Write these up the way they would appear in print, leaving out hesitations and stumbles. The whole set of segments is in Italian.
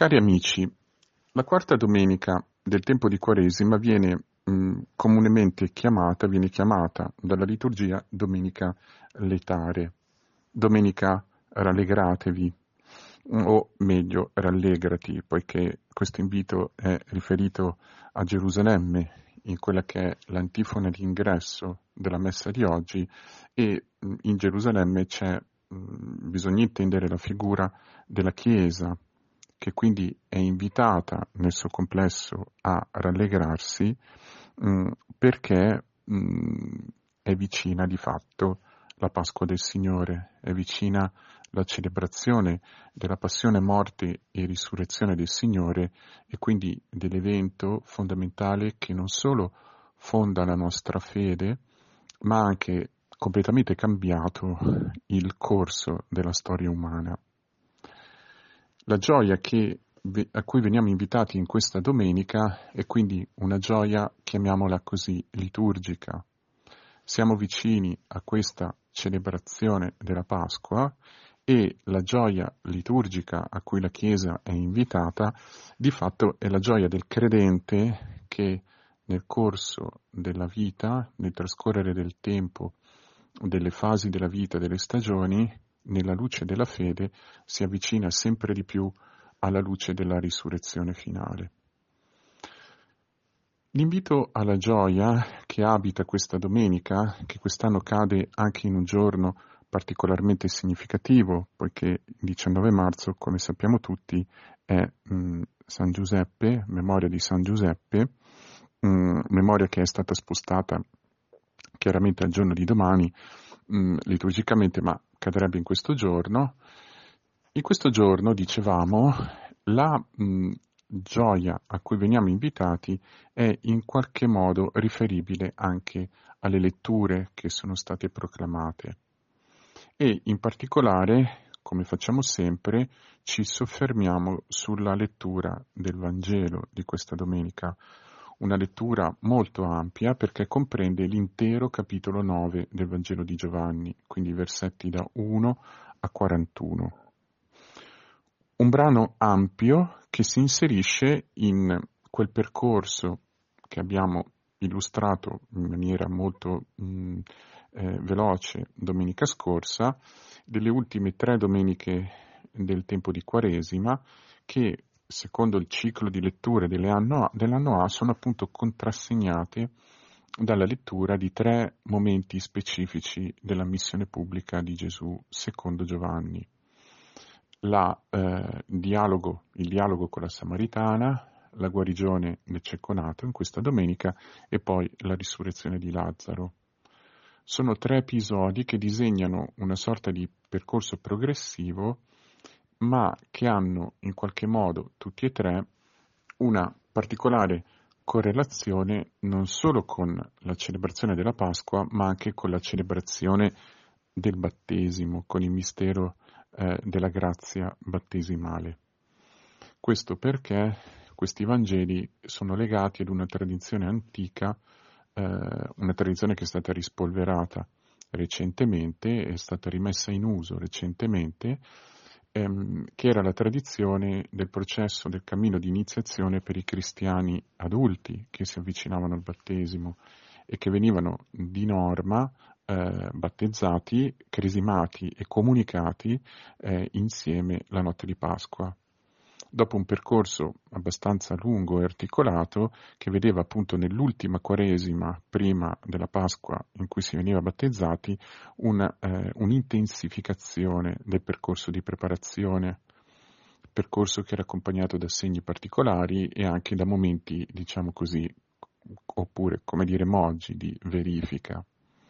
Cari amici, la quarta domenica del tempo di Quaresima viene viene chiamata dalla liturgia Domenica Letare, Domenica Rallegratevi, o meglio rallegrati, poiché questo invito è riferito a Gerusalemme, in quella che è l'antifona di ingresso della messa di oggi, e in Gerusalemme bisogna intendere la figura della Chiesa, che quindi è invitata nel suo complesso a rallegrarsi perché è vicina di fatto la Pasqua del Signore, è vicina la celebrazione della passione, morte e risurrezione del Signore, e quindi dell'evento fondamentale che non solo fonda la nostra fede, ma ha anche completamente cambiato il corso della storia umana. La gioia a cui veniamo invitati in questa domenica è quindi una gioia, chiamiamola così, liturgica. Siamo vicini a questa celebrazione della Pasqua e la gioia liturgica a cui la Chiesa è invitata, di fatto è la gioia del credente che nel corso della vita, nel trascorrere del tempo, delle fasi della vita, delle stagioni, nella luce della fede, si avvicina sempre di più alla luce della risurrezione finale. L'invito alla gioia che abita questa domenica, che quest'anno cade anche in un giorno particolarmente significativo, poiché il 19 marzo, come sappiamo tutti, è San Giuseppe, memoria di San Giuseppe, memoria che è stata spostata chiaramente al giorno di domani, liturgicamente, ma cadrebbe in questo giorno. In questo giorno, dicevamo, la gioia a cui veniamo invitati è in qualche modo riferibile anche alle letture che sono state proclamate e in particolare, come facciamo sempre, ci soffermiamo sulla lettura del Vangelo di questa domenica, una lettura molto ampia perché comprende l'intero capitolo 9 del Vangelo di Giovanni, quindi versetti da 1 a 41. Un brano ampio che si inserisce in quel percorso che abbiamo illustrato in maniera molto veloce domenica scorsa, delle ultime 3 domeniche del tempo di Quaresima, che secondo il ciclo di letture dell'anno A sono appunto contrassegnate dalla lettura di 3 momenti specifici della missione pubblica di Gesù secondo Giovanni. Il dialogo con la Samaritana, la guarigione del cieco nato in questa domenica e poi la risurrezione di Lazzaro. Sono 3 episodi che disegnano una sorta di percorso progressivo, ma che hanno in qualche modo tutti e 3 una particolare correlazione non solo con la celebrazione della Pasqua, ma anche con la celebrazione del battesimo, con il mistero della grazia battesimale. Questo perché questi Vangeli sono legati ad una tradizione antica, una tradizione che è stata rispolverata recentemente, è stata rimessa in uso recentemente, che era la tradizione del processo del cammino di iniziazione per i cristiani adulti che si avvicinavano al battesimo e che venivano di norma battezzati, cresimati e comunicati insieme la notte di Pasqua. Dopo un percorso abbastanza lungo e articolato che vedeva appunto nell'ultima Quaresima, prima della Pasqua in cui si veniva battezzati, un'intensificazione del percorso di preparazione, percorso che era accompagnato da segni particolari e anche da momenti, diciamo così, oppure come dire moggi di verifica.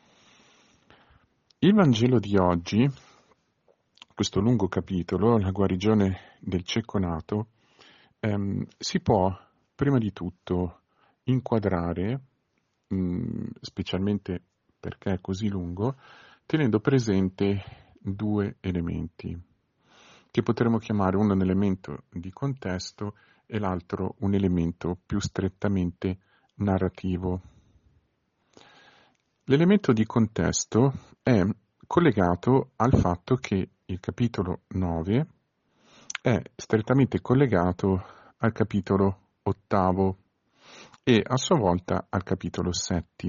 Il Vangelo di oggi, questo lungo capitolo, la guarigione del cieco nato, si può prima di tutto inquadrare, specialmente perché è così lungo, tenendo presente 2 elementi, che potremmo chiamare uno un elemento di contesto e l'altro un elemento più strettamente narrativo. L'elemento di contesto è collegato al fatto che il capitolo 9 è strettamente collegato al capitolo 8 e a sua volta al capitolo 7.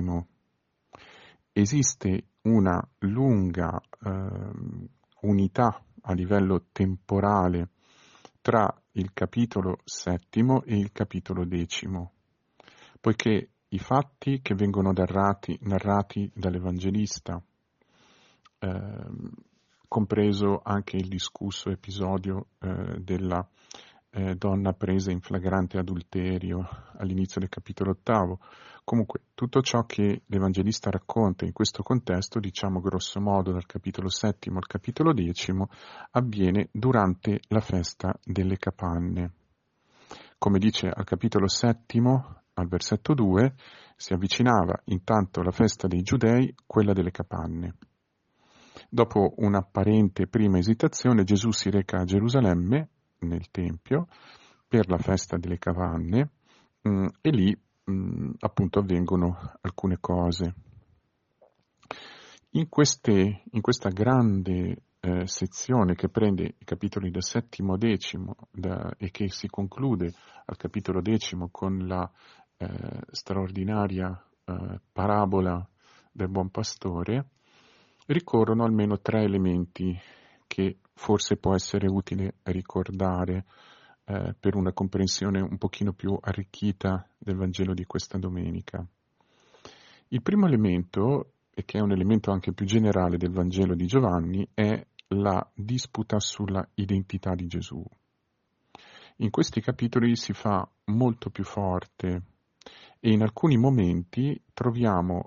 Esiste una lunga unità a livello temporale tra il capitolo 7 e il capitolo 10, poiché i fatti che vengono narrati dall'Evangelista, compreso anche il discusso episodio della donna presa in flagrante adulterio all'inizio del capitolo 8. Comunque, tutto ciò che l'Evangelista racconta in questo contesto, diciamo grosso modo dal capitolo 7 al capitolo 10, avviene durante la festa delle capanne. Come dice al capitolo 7, al versetto 2, si avvicinava intanto la festa dei Giudei, quella delle capanne. Dopo un'apparente prima esitazione, Gesù si reca a Gerusalemme, nel Tempio, per la festa delle capanne, e lì appunto avvengono alcune cose. In questa grande sezione che prende i capitoli da 7 a 10 e che si conclude al capitolo 10 con la straordinaria parabola del buon pastore, ricorrono almeno 3 elementi che forse può essere utile ricordare per una comprensione un pochino più arricchita del Vangelo di questa domenica. Il primo elemento, e che è un elemento anche più generale del Vangelo di Giovanni, è la disputa sulla identità di Gesù. In questi capitoli si fa molto più forte e in alcuni momenti troviamo,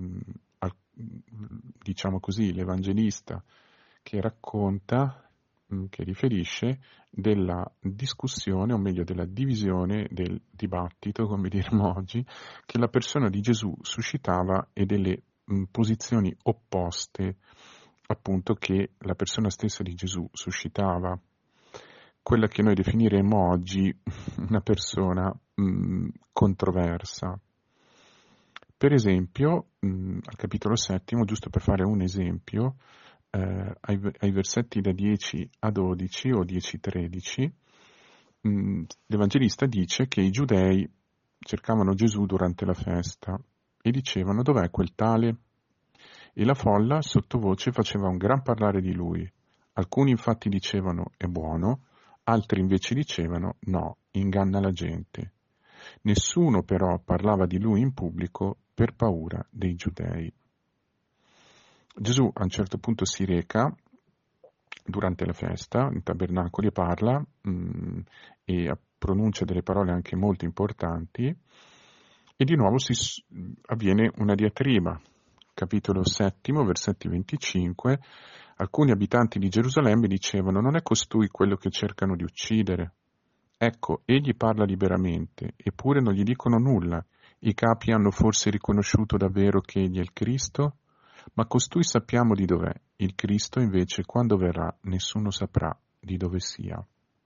diciamo così, l'Evangelista che racconta, che riferisce della discussione, o meglio della divisione, del dibattito, come diremmo oggi, che la persona di Gesù suscitava e delle posizioni opposte, appunto, che la persona stessa di Gesù suscitava. Quella che noi definiremmo oggi una persona controversa. Per esempio, al capitolo 7, giusto per fare un esempio, ai versetti da 10 a 12 o 10-13, l'Evangelista dice che i giudei cercavano Gesù durante la festa e dicevano: dov'è quel tale? E la folla sottovoce faceva un gran parlare di lui. Alcuni infatti dicevano: è buono, altri invece dicevano: no, inganna la gente. Nessuno però parlava di lui in pubblico per paura dei giudei. Gesù a un certo punto si reca durante la festa in tabernacoli e parla e pronuncia delle parole anche molto importanti, e di nuovo avviene una diatriba. Capitolo 7, versetti 25, alcuni abitanti di Gerusalemme dicevano: non è costui quello che cercano di uccidere? Ecco, egli parla liberamente, eppure non gli dicono nulla. I capi hanno forse riconosciuto davvero che egli è il Cristo? Ma costui sappiamo di dov'è. Il Cristo invece, quando verrà, nessuno saprà di dove sia.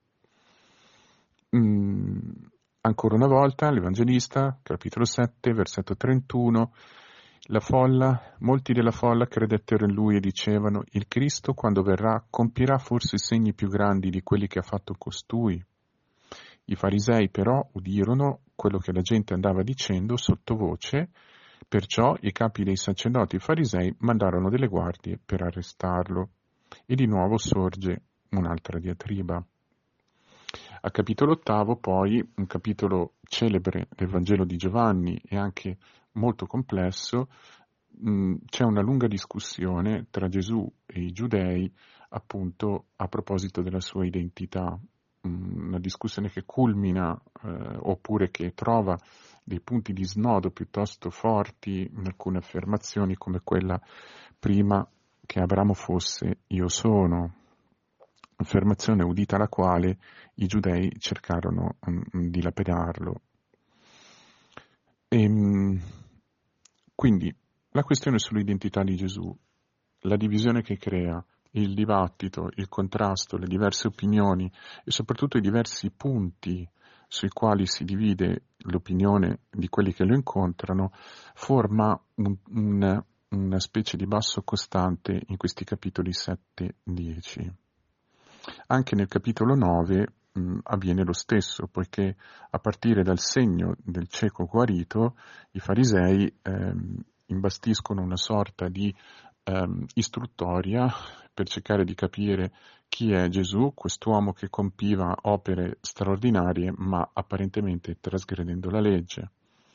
Ancora una volta, l'Evangelista, capitolo 7, versetto 31, molti della folla credettero in lui e dicevano: il Cristo, quando verrà, compirà forse segni più grandi di quelli che ha fatto costui? I farisei però udirono quello che la gente andava dicendo sottovoce, perciò i capi dei sacerdoti farisei mandarono delle guardie per arrestarlo. E di nuovo sorge un'altra diatriba. Al capitolo 8, poi, un capitolo celebre del Vangelo di Giovanni e anche molto complesso, c'è una lunga discussione tra Gesù e i giudei, appunto, a proposito della sua identità. Una discussione che culmina oppure che trova dei punti di snodo piuttosto forti in alcune affermazioni, come quella prima che Abramo fosse io sono, affermazione udita alla quale i giudei cercarono di lapidarlo. Quindi la questione sull'identità di Gesù, la divisione che crea, il dibattito, il contrasto, le diverse opinioni e soprattutto i diversi punti sui quali si divide l'opinione di quelli che lo incontrano, forma una specie di basso costante in questi capitoli 7-10. Anche nel capitolo 9 avviene lo stesso, poiché a partire dal segno del cieco guarito, i farisei imbastiscono una sorta di istruttoria per cercare di capire chi è Gesù, quest'uomo che compiva opere straordinarie, ma apparentemente trasgredendo la legge.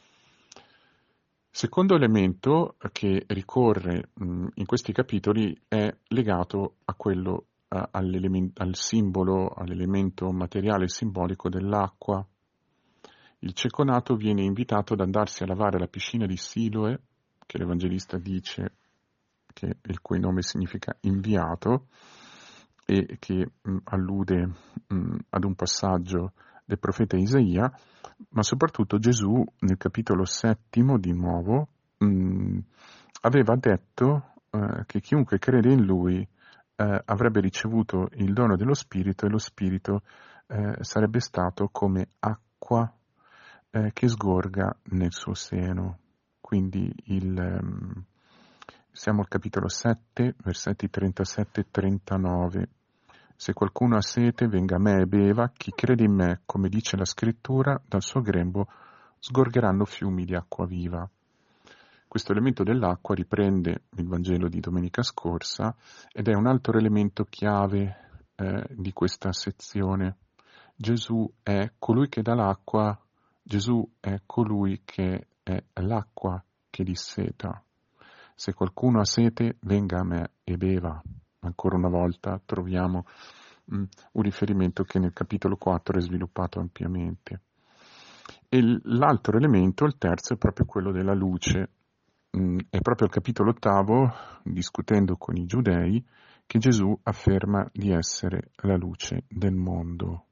Secondo elemento che ricorre in questi capitoli è legato a quello, al simbolo, all'elemento materiale e simbolico dell'acqua. Il cieco nato viene invitato ad andarsi a lavare alla piscina di Siloe, che l'Evangelista dice che il cui nome significa inviato, e che allude ad un passaggio del profeta Isaia, ma soprattutto Gesù nel capitolo 7 di nuovo aveva detto che chiunque crede in lui avrebbe ricevuto il dono dello Spirito, e lo Spirito sarebbe stato come acqua che sgorga nel suo seno. Quindi siamo al capitolo 7, versetti 37 e 39. Se qualcuno ha sete, venga a me e beva. Chi crede in me, come dice la scrittura, dal suo grembo sgorgeranno fiumi di acqua viva. Questo elemento dell'acqua riprende il Vangelo di domenica scorsa ed è un altro elemento chiave di questa sezione. Gesù è colui che dà l'acqua, Gesù è colui che è l'acqua che disseta. Se qualcuno ha sete, venga a me e beva. Ancora una volta troviamo un riferimento che nel capitolo 4 è sviluppato ampiamente. E l'altro elemento, il terzo, è proprio quello della luce. È proprio al capitolo 8, discutendo con i giudei, che Gesù afferma di essere la luce del mondo.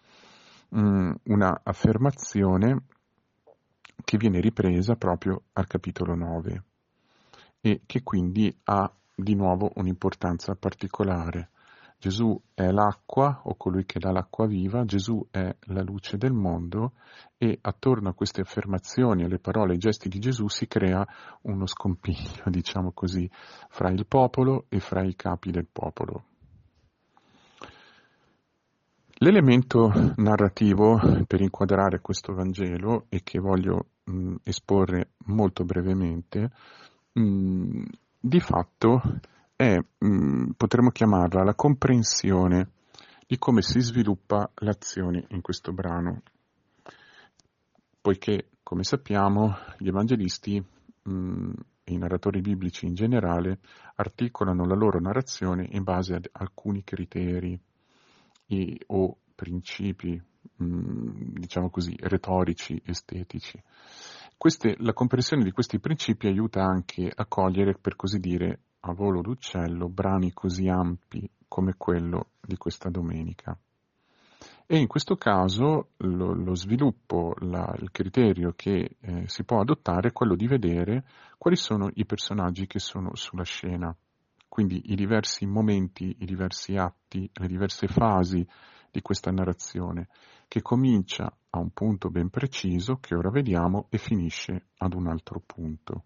Una affermazione che viene ripresa proprio al capitolo 9 e che quindi ha di nuovo un'importanza particolare. Gesù è l'acqua, o colui che dà l'acqua viva, Gesù è la luce del mondo, e attorno a queste affermazioni, alle parole e ai gesti di Gesù si crea uno scompiglio, diciamo così, fra il popolo e fra i capi del popolo. L'elemento narrativo per inquadrare questo Vangelo, e che voglio esporre molto brevemente, di fatto è, potremmo chiamarla, la comprensione di come si sviluppa l'azione in questo brano, poiché, come sappiamo, gli evangelisti e i narratori biblici in generale articolano la loro narrazione in base ad alcuni criteri o principi, diciamo così, retorici, estetici. La comprensione di questi principi aiuta anche a cogliere, per così dire, a volo d'uccello, brani così ampi come quello di questa domenica. E in questo caso lo sviluppo, il criterio che si può adottare è quello di vedere quali sono i personaggi che sono sulla scena, quindi i diversi momenti, i diversi atti, le diverse fasi di questa narrazione, che comincia a un punto ben preciso, che ora vediamo, e finisce ad un altro punto.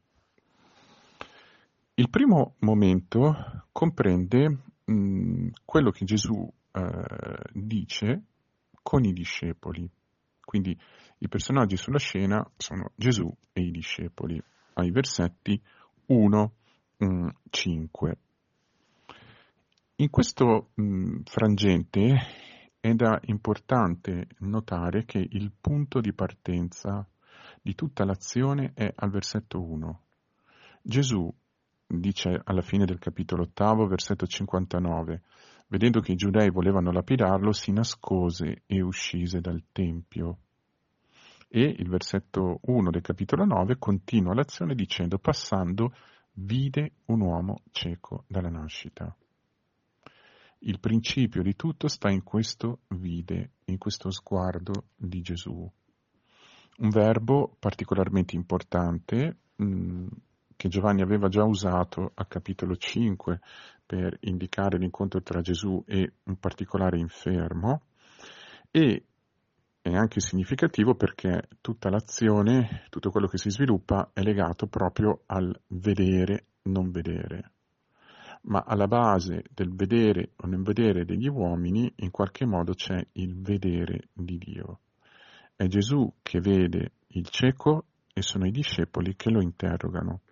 Il primo momento comprende quello che Gesù dice con i discepoli. Quindi i personaggi sulla scena sono Gesù e i discepoli, ai versetti 1, 5. In questo frangente è importante notare che il punto di partenza di tutta l'azione è al versetto 1. Gesù dice alla fine del capitolo 8, versetto 59, vedendo che i giudei volevano lapidarlo, si nascose e uscise dal Tempio. E il versetto 1 del capitolo 9 continua l'azione dicendo, passando, vide un uomo cieco dalla nascita. Il principio di tutto sta in questo vide, in questo sguardo di Gesù. Un verbo particolarmente importante che Giovanni aveva già usato a capitolo 5 per indicare l'incontro tra Gesù e un particolare infermo, e è anche significativo perché tutta l'azione, tutto quello che si sviluppa è legato proprio al vedere, non vedere. ma alla base del vedere o non vedere degli uomini in qualche modo c'è il vedere di Dio. È Gesù che vede il cieco e sono i discepoli che lo interrogano.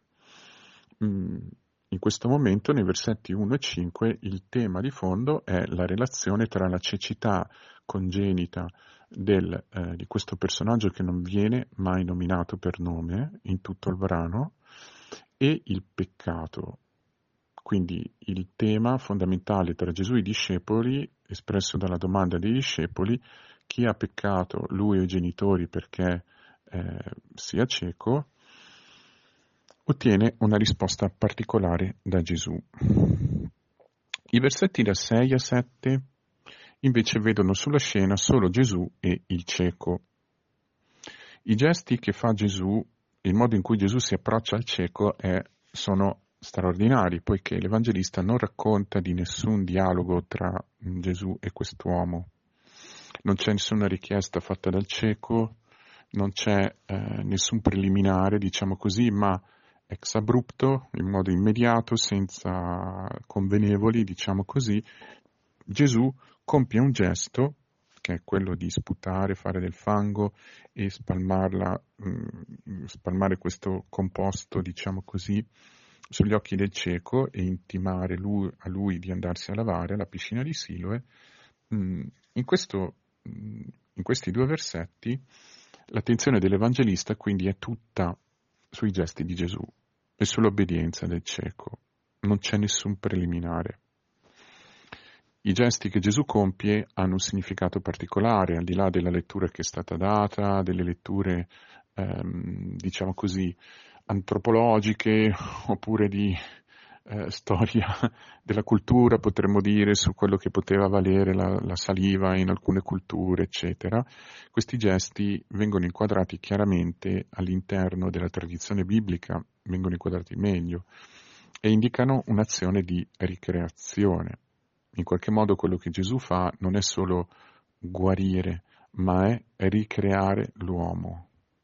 In questo momento, nei versetti 1 e 5, il tema di fondo è la relazione tra la cecità congenita di questo personaggio che non viene mai nominato per nome in tutto il brano e il peccato. Quindi il tema fondamentale tra Gesù e i discepoli, espresso dalla domanda dei discepoli, chi ha peccato, lui o i genitori perché sia cieco, ottiene una risposta particolare da Gesù. I versetti da 6 a 7 invece vedono sulla scena solo Gesù e il cieco. I gesti che fa Gesù, il modo in cui Gesù si approccia al cieco sono straordinari, poiché l'Evangelista non racconta di nessun dialogo tra Gesù e quest'uomo. Non c'è nessuna richiesta fatta dal cieco, non c'è nessun preliminare, diciamo così, ma ex abrupto, in modo immediato, senza convenevoli, diciamo così, Gesù compie un gesto, che è quello di sputare, fare del fango e spalmare questo composto, diciamo così, sugli occhi del cieco e intimare a lui di andarsi a lavare alla piscina di Siloe. In questi due versetti l'attenzione dell'Evangelista quindi è tutta sui gesti di Gesù e sull'obbedienza del cieco. Non c'è nessun preliminare. I gesti che Gesù compie hanno un significato particolare, al di là della lettura che è stata data, delle letture, diciamo così, antropologiche oppure di storia della cultura, potremmo dire, su quello che poteva valere la saliva in alcune culture, eccetera. Questi gesti vengono inquadrati chiaramente all'interno della tradizione biblica, vengono inquadrati meglio e indicano un'azione di ricreazione. In qualche modo quello che Gesù fa non è solo guarire, ma è ricreare l'uomo.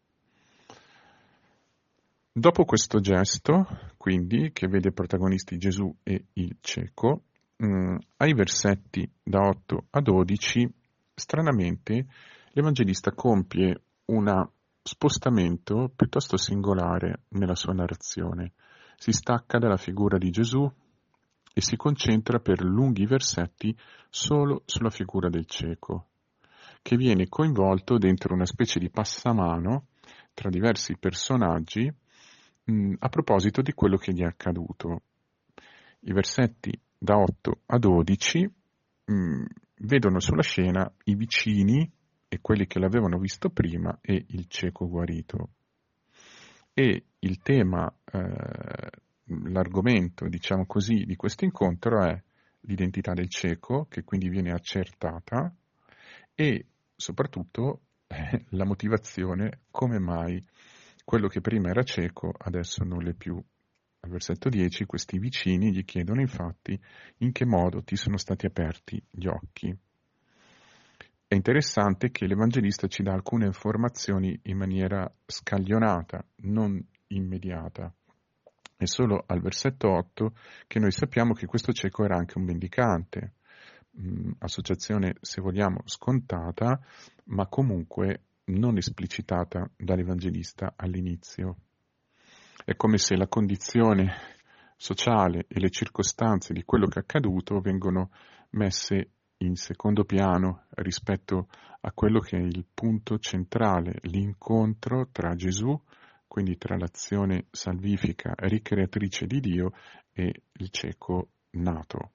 Dopo questo gesto, quindi, che vede protagonisti Gesù e il cieco, ai versetti da 8 a 12, stranamente, l'Evangelista compie un spostamento piuttosto singolare nella sua narrazione. Si stacca dalla figura di Gesù e si concentra per lunghi versetti solo sulla figura del cieco, che viene coinvolto dentro una specie di passamano tra diversi personaggi a proposito di quello che gli è accaduto. I versetti da 8 a 12 vedono sulla scena i vicini e quelli che l'avevano visto prima e il cieco guarito. E il tema, l'argomento, diciamo così, di questo incontro è l'identità del cieco, che quindi viene accertata, e soprattutto la motivazione, come mai quello che prima era cieco adesso non l'è più. Al versetto 10 questi vicini gli chiedono infatti in che modo ti sono stati aperti gli occhi. È interessante che l'Evangelista ci dà alcune informazioni in maniera scaglionata, non immediata. È solo al versetto 8 che noi sappiamo che questo cieco era anche un mendicante, associazione se vogliamo scontata, ma comunque non esplicitata dall'Evangelista all'inizio. È come se la condizione sociale e le circostanze di quello che è accaduto vengono messe in secondo piano rispetto a quello che è il punto centrale, l'incontro tra Gesù, quindi tra l'azione salvifica ricreatrice di Dio e il cieco nato.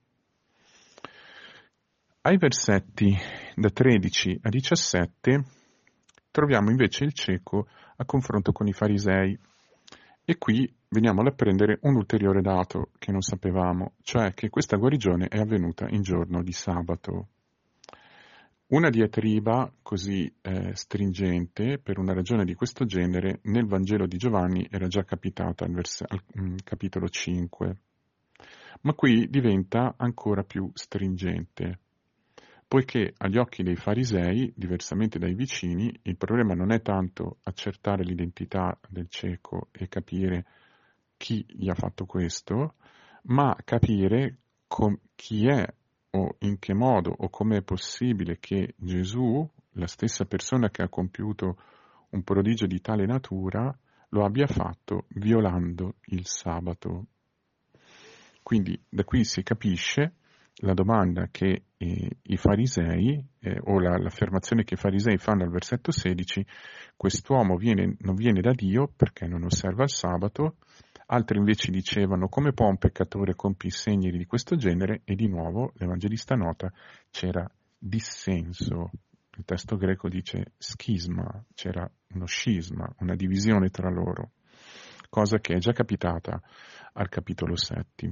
Ai versetti da 13 a 17 troviamo invece il cieco a confronto con i farisei e qui veniamo ad apprendere un ulteriore dato che non sapevamo, cioè che questa guarigione è avvenuta in giorno di sabato. Una diatriba così stringente, per una ragione di questo genere, nel Vangelo di Giovanni era già capitata al capitolo 5, ma qui diventa ancora più stringente, poiché agli occhi dei farisei, diversamente dai vicini, il problema non è tanto accertare l'identità del cieco e capire chi gli ha fatto questo, ma capire chi è o in che modo o come è possibile che Gesù, la stessa persona che ha compiuto un prodigio di tale natura, lo abbia fatto violando il sabato. Quindi da qui si capisce la domanda che i farisei, o l'affermazione che i farisei fanno al versetto 16, quest'uomo non viene da Dio perché non osserva il sabato. Altri invece dicevano: come può un peccatore compiere segni di questo genere? E di nuovo l'Evangelista nota c'era dissenso. Il testo greco dice schisma, c'era uno scisma, una divisione tra loro, cosa che è già capitata al capitolo 7.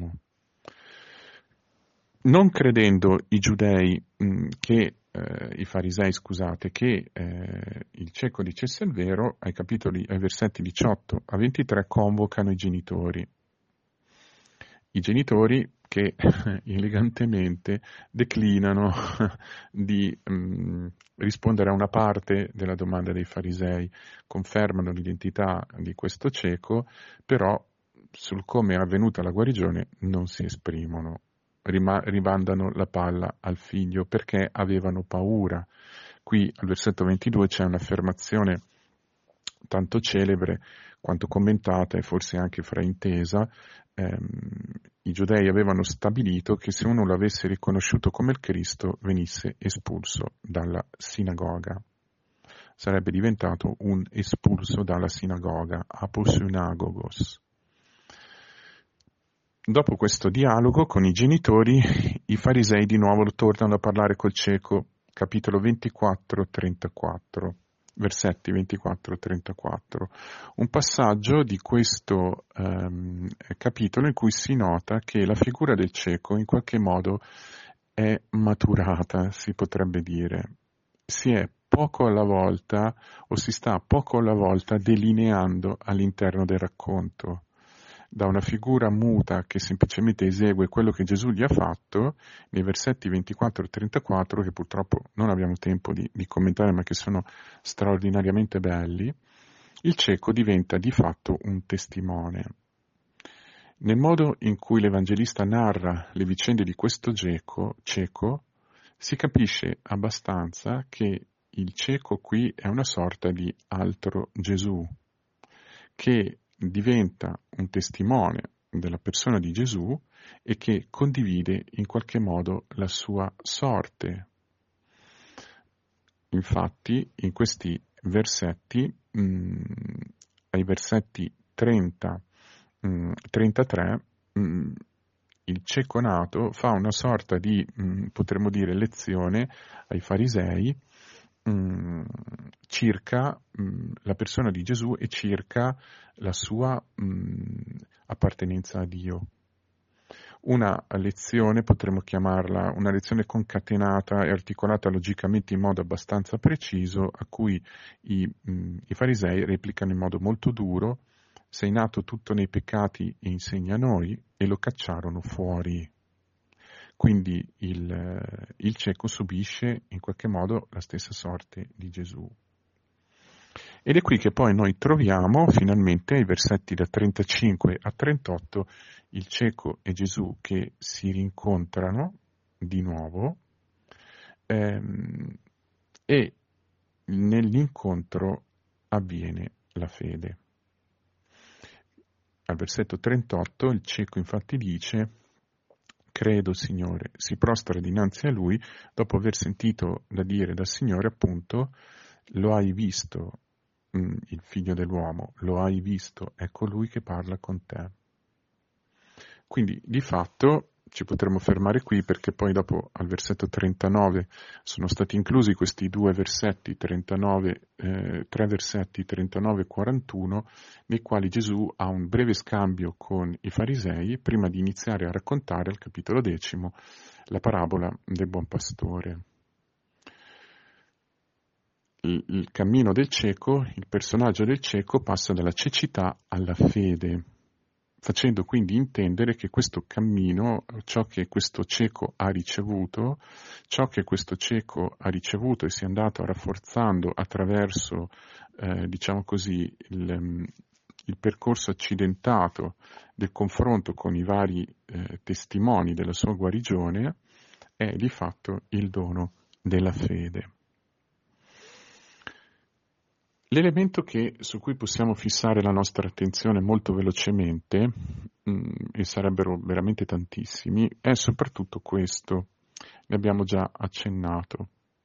Non credendo i giudei i farisei, scusate, che il cieco dicesse il vero, ai versetti 18 a 23 convocano i genitori. I genitori che elegantemente declinano di rispondere a una parte della domanda dei farisei, confermano l'identità di questo cieco, però sul come è avvenuta la guarigione non si esprimono. Rimandano la palla al figlio perché avevano paura. Qui al versetto 22 c'è un'affermazione tanto celebre quanto commentata e forse anche fraintesa. I giudei avevano stabilito che se uno lo avesse riconosciuto come il Cristo venisse espulso dalla sinagoga. Sarebbe diventato un espulso dalla sinagoga, aposynagogos. Dopo questo dialogo con i genitori, i farisei di nuovo tornano a parlare col cieco, capitolo 24-34, versetti 24-34. Un passaggio di questo capitolo in cui si nota che la figura del cieco in qualche modo è maturata, si potrebbe dire. Si è poco alla volta o si sta poco alla volta delineando all'interno del racconto. Da una figura muta che semplicemente esegue quello che Gesù gli ha fatto, nei versetti 24 e 34, che purtroppo non abbiamo tempo di commentare, ma che sono straordinariamente belli, il cieco diventa di fatto un testimone. Nel modo in cui l'Evangelista narra le vicende di questo cieco, si capisce abbastanza che il cieco qui è una sorta di altro Gesù, che diventa un testimone della persona di Gesù e che condivide in qualche modo la sua sorte. Infatti, in questi versetti, ai versetti 30, 33, il cieco nato fa una sorta di, potremmo dire, lezione ai farisei circa la persona di Gesù e circa la sua appartenenza a Dio. Una lezione, potremmo chiamarla una lezione concatenata e articolata logicamente in modo abbastanza preciso, a cui i farisei replicano in modo molto duro: sei nato tutto nei peccati e insegna a noi, e lo cacciarono fuori. Quindi il cieco subisce in qualche modo la stessa sorte di Gesù. Ed è qui che poi noi troviamo finalmente ai versetti da 35 a 38 il cieco e Gesù che si rincontrano di nuovo e nell'incontro avviene la fede. Al versetto 38 il cieco infatti dice: credo, Signore, si prostra dinanzi a lui dopo aver sentito da dire dal Signore, appunto, lo hai visto, il figlio dell'uomo, lo hai visto, è colui che parla con te. Quindi di fatto ci potremmo fermare qui, perché poi dopo al versetto 39 sono stati inclusi questi due versetti, 39, 3 versetti 39 e 41, nei quali Gesù ha un breve scambio con i farisei prima di iniziare a raccontare al capitolo 10 la parabola del buon pastore. Il cammino del cieco, il personaggio del cieco passa dalla cecità alla fede, facendo quindi intendere che questo cammino, ciò che questo cieco ha ricevuto e si è andato rafforzando attraverso, diciamo così, il il percorso accidentato del confronto con i vari testimoni della sua guarigione è di fatto il dono della fede. L'elemento su cui possiamo fissare la nostra attenzione molto velocemente, e sarebbero veramente tantissimi, è soprattutto questo, ne abbiamo già accennato.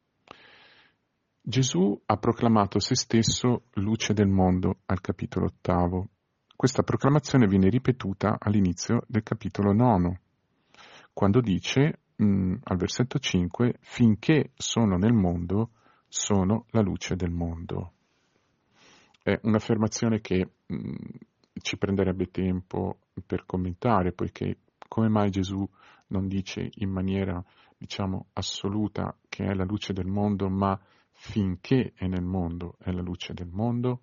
Gesù ha proclamato se stesso luce del mondo al capitolo 8. Questa proclamazione viene ripetuta all'inizio del capitolo 9, quando dice, al versetto 5, finché sono nel mondo, sono la luce del mondo. È un'affermazione che ci prenderebbe tempo per commentare, poiché come mai Gesù non dice in maniera, diciamo, assoluta che è la luce del mondo, ma finché è nel mondo è la luce del mondo?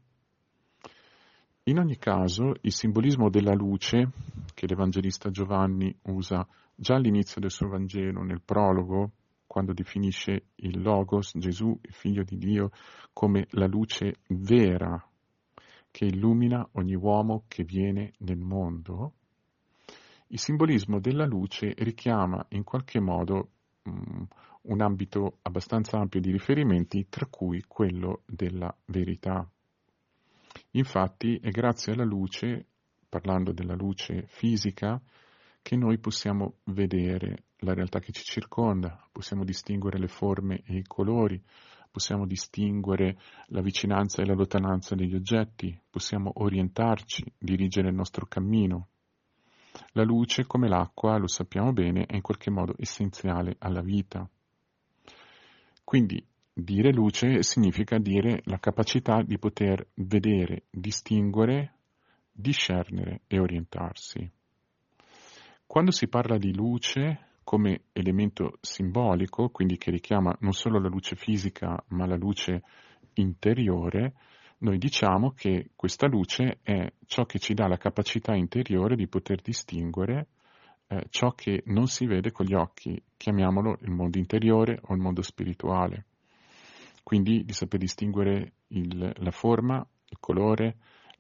In ogni caso, il simbolismo della luce, che l'Evangelista Giovanni usa già all'inizio del suo Vangelo, nel prologo, quando definisce il Logos, Gesù, il Figlio di Dio, come la luce vera che illumina ogni uomo che viene nel mondo, il simbolismo della luce richiama in qualche modo un ambito abbastanza ampio di riferimenti, tra cui quello della verità. Infatti è grazie alla luce, parlando della luce fisica, che noi possiamo vedere la realtà che ci circonda, possiamo distinguere le forme e i colori, possiamo distinguere la vicinanza e la lontananza degli oggetti, possiamo orientarci, dirigere il nostro cammino. La luce, come l'acqua, lo sappiamo bene, è in qualche modo essenziale alla vita. Quindi dire luce significa dire la capacità di poter vedere, distinguere, discernere e orientarsi. Quando si parla di luce come elemento simbolico, quindi che richiama non solo la luce fisica ma la luce interiore, noi diciamo che questa luce è ciò che ci dà la capacità interiore di poter distinguere ciò che non si vede con gli occhi, chiamiamolo il mondo interiore o il mondo spirituale. Quindi di saper distinguere la forma, il colore,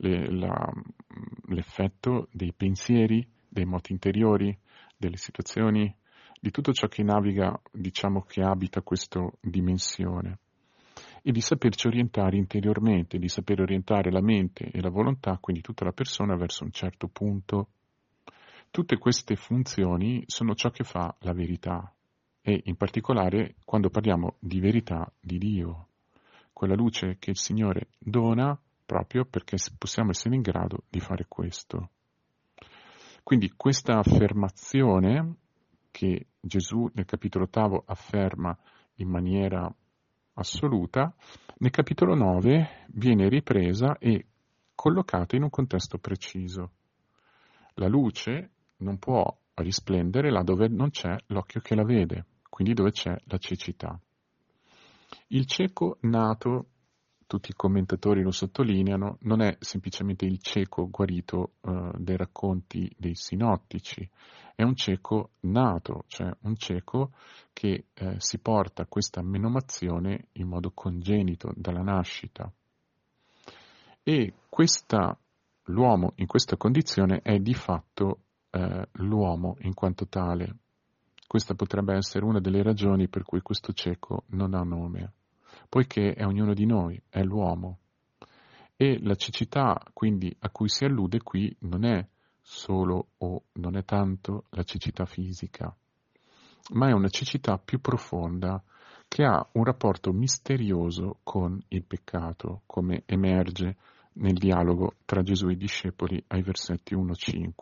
l'effetto dei pensieri, dei moti interiori, delle situazioni, di tutto ciò che naviga, diciamo che abita questa dimensione, e di saperci orientare interiormente, di saper orientare la mente e la volontà, quindi tutta la persona, verso un certo punto. Tutte queste funzioni sono ciò che fa la verità, e in particolare quando parliamo di verità di Dio, quella luce che il Signore dona proprio perché possiamo essere in grado di fare questo. Quindi questa affermazione che Gesù nel capitolo 8 afferma in maniera assoluta, nel capitolo 9 viene ripresa e collocata in un contesto preciso. La luce non può risplendere là dove non c'è l'occhio che la vede, quindi dove c'è la cecità. Il cieco nato, tutti i commentatori lo sottolineano, non è semplicemente il cieco guarito dai racconti dei sinottici, è un cieco nato, cioè un cieco che si porta questa menomazione in modo congenito dalla nascita. E l'uomo in questa condizione è di fatto l'uomo in quanto tale. Questa potrebbe essere una delle ragioni per cui questo cieco non ha nome, poiché è ognuno di noi, è l'uomo. E la cecità, quindi, a cui si allude qui non è solo o non è tanto la cecità fisica, ma è una cecità più profonda che ha un rapporto misterioso con il peccato, come emerge nel dialogo tra Gesù e i discepoli ai versetti 1-5.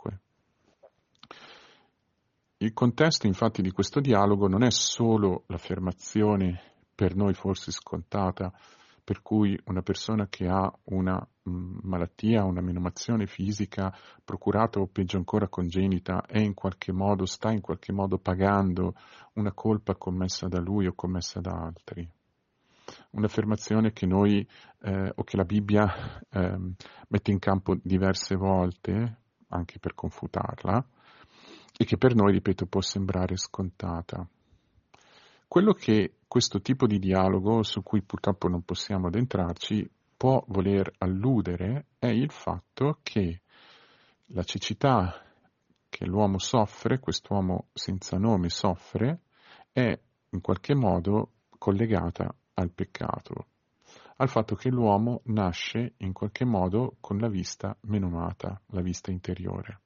Il contesto infatti di questo dialogo non è solo l'affermazione per noi forse scontata, per cui una persona che ha una malattia, una menomazione fisica procurata o peggio ancora congenita sta in qualche modo pagando una colpa commessa da lui o commessa da altri. Un'affermazione che noi o che la Bibbia mette in campo diverse volte, anche per confutarla, e che per noi, ripeto, può sembrare scontata. Quello che questo tipo di dialogo, su cui purtroppo non possiamo addentrarci, può voler alludere è il fatto che la cecità che l'uomo soffre, quest'uomo senza nome soffre, è in qualche modo collegata al peccato, al fatto che l'uomo nasce in qualche modo con la vista menomata, la vista interiore.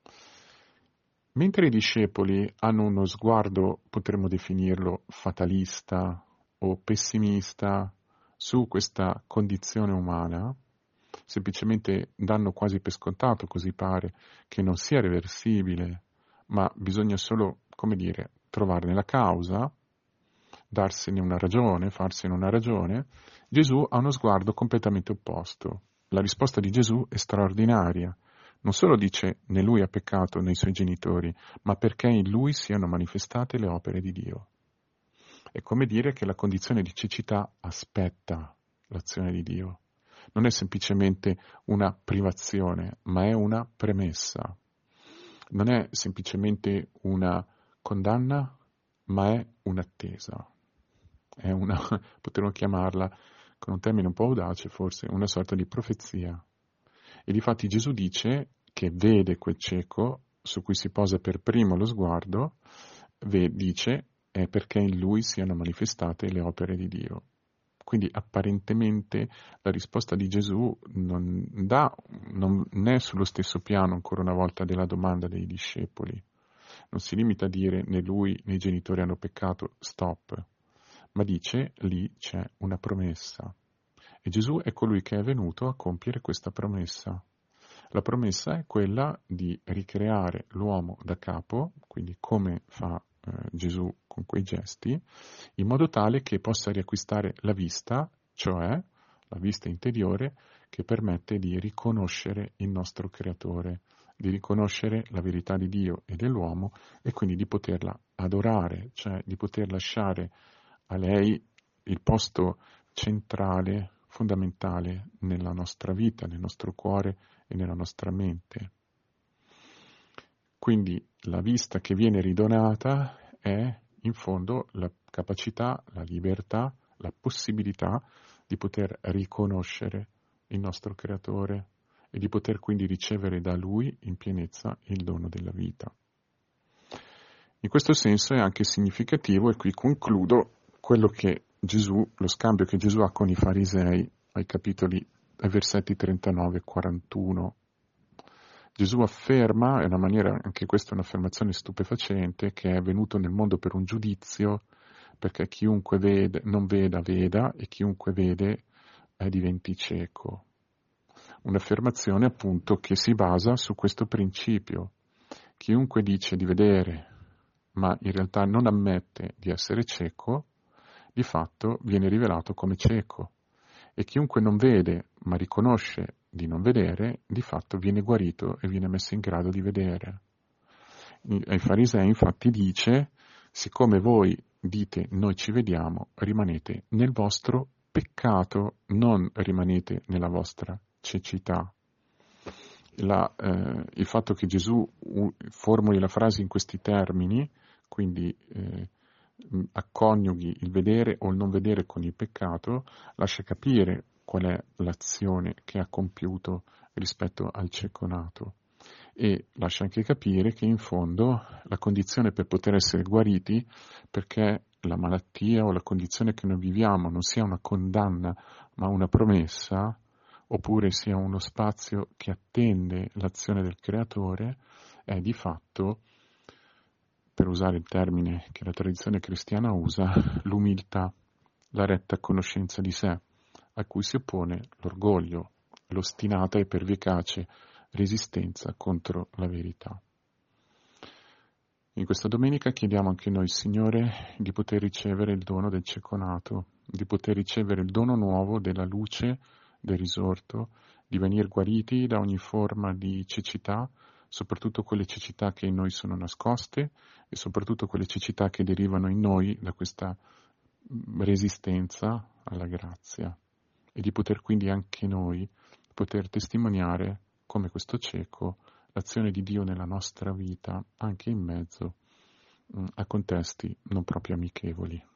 Mentre i discepoli hanno uno sguardo, potremmo definirlo fatalista o pessimista, su questa condizione umana, semplicemente danno quasi per scontato, così pare, che non sia reversibile, ma bisogna solo, come dire, trovarne la causa, darsene una ragione, farsene una ragione. Gesù ha uno sguardo completamente opposto. La risposta di Gesù è straordinaria. Non solo dice né lui ha peccato né i suoi genitori, ma perché in lui siano manifestate le opere di Dio. È come dire che la condizione di cecità aspetta l'azione di Dio. Non è semplicemente una privazione, ma è una premessa. Non è semplicemente una condanna, ma è un'attesa. È una, potremmo chiamarla, con un termine un po' audace forse, una sorta di profezia. E difatti Gesù dice che vede quel cieco su cui si posa per primo lo sguardo, dice è perché in lui siano manifestate le opere di Dio. Quindi apparentemente la risposta di Gesù non è sullo stesso piano ancora una volta della domanda dei discepoli. Non si limita a dire né lui né i genitori hanno peccato, stop, ma dice lì c'è una promessa. E Gesù è colui che è venuto a compiere questa promessa. La promessa è quella di ricreare l'uomo da capo, quindi come fa Gesù con quei gesti, in modo tale che possa riacquistare la vista, cioè la vista interiore, che permette di riconoscere il nostro Creatore, di riconoscere la verità di Dio e dell'uomo e quindi di poterla adorare, cioè di poter lasciare a lei il posto centrale, fondamentale nella nostra vita, nel nostro cuore e nella nostra mente. Quindi la vista che viene ridonata è in fondo la capacità, la libertà, la possibilità di poter riconoscere il nostro Creatore e di poter quindi ricevere da Lui in pienezza il dono della vita. In questo senso è anche significativo, e qui concludo, quello che Gesù, lo scambio che Gesù ha con i farisei ai versetti 39 e 41. Gesù afferma, è una maniera, anche questa è un'affermazione stupefacente, che è venuto nel mondo per un giudizio, perché chiunque non veda, veda, e chiunque vede diventi cieco. Un'affermazione appunto che si basa su questo principio. Chiunque dice di vedere, ma in realtà non ammette di essere cieco, di fatto viene rivelato come cieco. E chiunque non vede, ma riconosce di non vedere, di fatto viene guarito e viene messo in grado di vedere. Ai farisei infatti dice, siccome voi dite noi ci vediamo, rimanete nel vostro peccato, non rimanete nella vostra cecità. Il fatto che Gesù formuli la frase in questi termini, quindi acconiughi il vedere o il non vedere con il peccato, lascia capire qual è l'azione che ha compiuto rispetto al cieco nato e lascia anche capire che in fondo la condizione per poter essere guariti, perché la malattia o la condizione che noi viviamo non sia una condanna ma una promessa, oppure sia uno spazio che attende l'azione del Creatore, è di fatto, per usare il termine che la tradizione cristiana usa, l'umiltà, la retta conoscenza di sé, a cui si oppone l'orgoglio, l'ostinata e pervicace resistenza contro la verità. In questa domenica chiediamo anche noi, Signore, di poter ricevere il dono del cieco nato, di poter ricevere il dono nuovo della luce, del risorto, di venire guariti da ogni forma di cecità, soprattutto quelle cecità che in noi sono nascoste e soprattutto quelle cecità che derivano in noi da questa resistenza alla grazia e di poter quindi anche noi poter testimoniare come questo cieco l'azione di Dio nella nostra vita anche in mezzo a contesti non proprio amichevoli.